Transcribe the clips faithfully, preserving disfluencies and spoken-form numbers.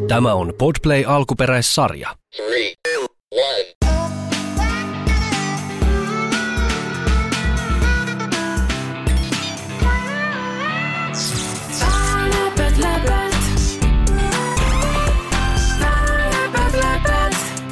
Tämä on Podplay alkuperäissarja. Three, two, one. Läpät, läpät. Läpät, läpät.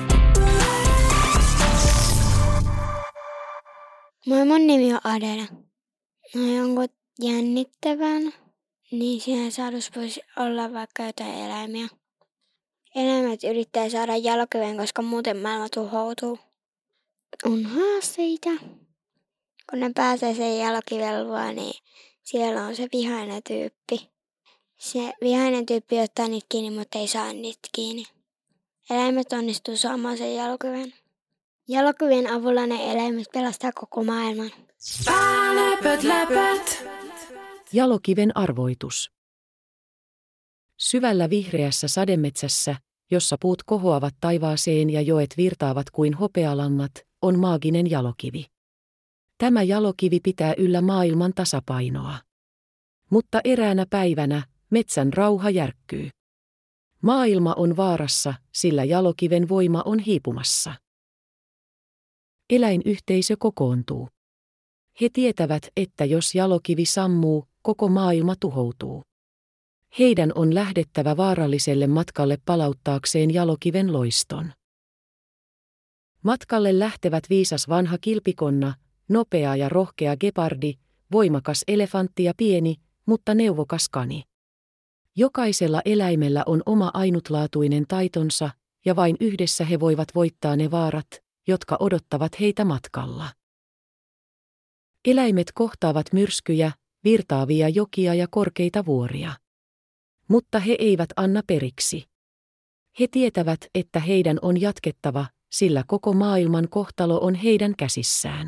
Moi, mun nimi on Adela. No jonkun jännittävän, niin siinä saadussa voisi olla vaikka jotain eläimiä. Eläimet yrittää saada jalokiveen, koska muuten maailma tuhoutuu. On haasteita. Kun ne pääsee sen jalokiven luo, niin siellä on se vihainen tyyppi. Se vihainen tyyppi ottaa niitä kiinni, mutta ei saa niitä kiinni. Eläimet onnistuu saamaan sen jalokiven. Jalokivien avulla ne eläimet pelastaa koko maailman. Läpät, läpät. Jalokiven arvoitus. Syvällä vihreässä sademetsässä, jossa puut kohoavat taivaaseen ja joet virtaavat kuin hopealangat, on maaginen jalokivi. Tämä jalokivi pitää yllä maailman tasapainoa. Mutta eräänä päivänä metsän rauha järkkyy. Maailma on vaarassa, sillä jalokiven voima on hiipumassa. Eläinyhteisö kokoontuu. He tietävät, että jos jalokivi sammuu, koko maailma tuhoutuu. Heidän on lähdettävä vaaralliselle matkalle palauttaakseen jalokiven loiston. Matkalle lähtevät viisas vanha kilpikonna, nopea ja rohkea gepardi, voimakas elefantti ja pieni, mutta neuvokas kani. Jokaisella eläimellä on oma ainutlaatuinen taitonsa, ja vain yhdessä he voivat voittaa ne vaarat, jotka odottavat heitä matkalla. Eläimet kohtaavat myrskyjä, virtaavia jokia ja korkeita vuoria. Mutta he eivät anna periksi. He tietävät, että heidän on jatkettava, sillä koko maailman kohtalo on heidän käsissään.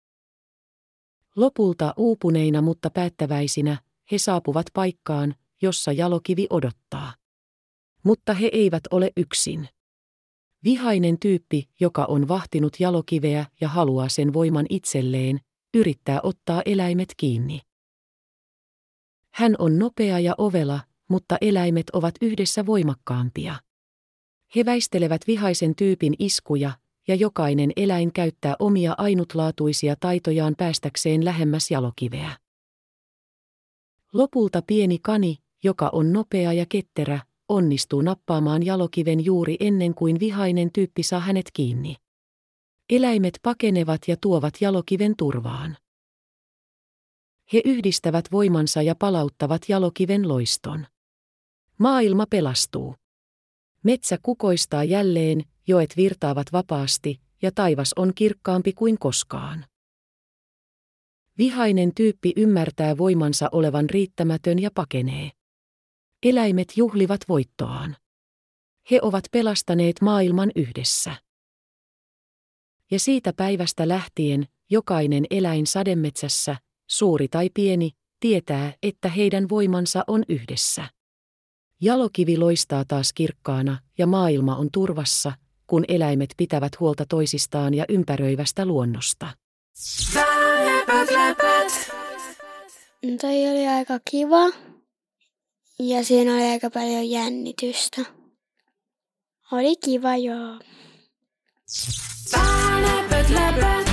Lopulta uupuneina mutta päättäväisinä, he saapuvat paikkaan, jossa jalokivi odottaa. Mutta he eivät ole yksin. Vihainen tyyppi, joka on vahtinut jalokiveä ja haluaa sen voiman itselleen, yrittää ottaa eläimet kiinni. Hän on nopea ja ovela, mutta eläimet ovat yhdessä voimakkaampia. He väistelevät vihaisen tyypin iskuja, ja jokainen eläin käyttää omia ainutlaatuisia taitojaan päästäkseen lähemmäs jalokiveä. Lopulta pieni kani, joka on nopea ja ketterä, onnistuu nappaamaan jalokiven juuri ennen kuin vihainen tyyppi saa hänet kiinni. Eläimet pakenevat ja tuovat jalokiven turvaan. He yhdistävät voimansa ja palauttavat jalokiven loiston. Maailma pelastuu. Metsä kukoistaa jälleen, joet virtaavat vapaasti, ja taivas on kirkkaampi kuin koskaan. Vihainen tyyppi ymmärtää voimansa olevan riittämätön ja pakenee. Eläimet juhlivat voittoaan. He ovat pelastaneet maailman yhdessä. Ja siitä päivästä lähtien, jokainen eläin sademetsässä, suuri tai pieni, tietää, että heidän voimansa on yhdessä. Jalokivi loistaa taas kirkkaana ja maailma on turvassa, kun eläimet pitävät huolta toisistaan ja ympäröivästä luonnosta. Läpät, läpät. No toi oli aika kiva. Ja siinä oli aika paljon jännitystä. Oli kiva, joo. Läpät, läpät.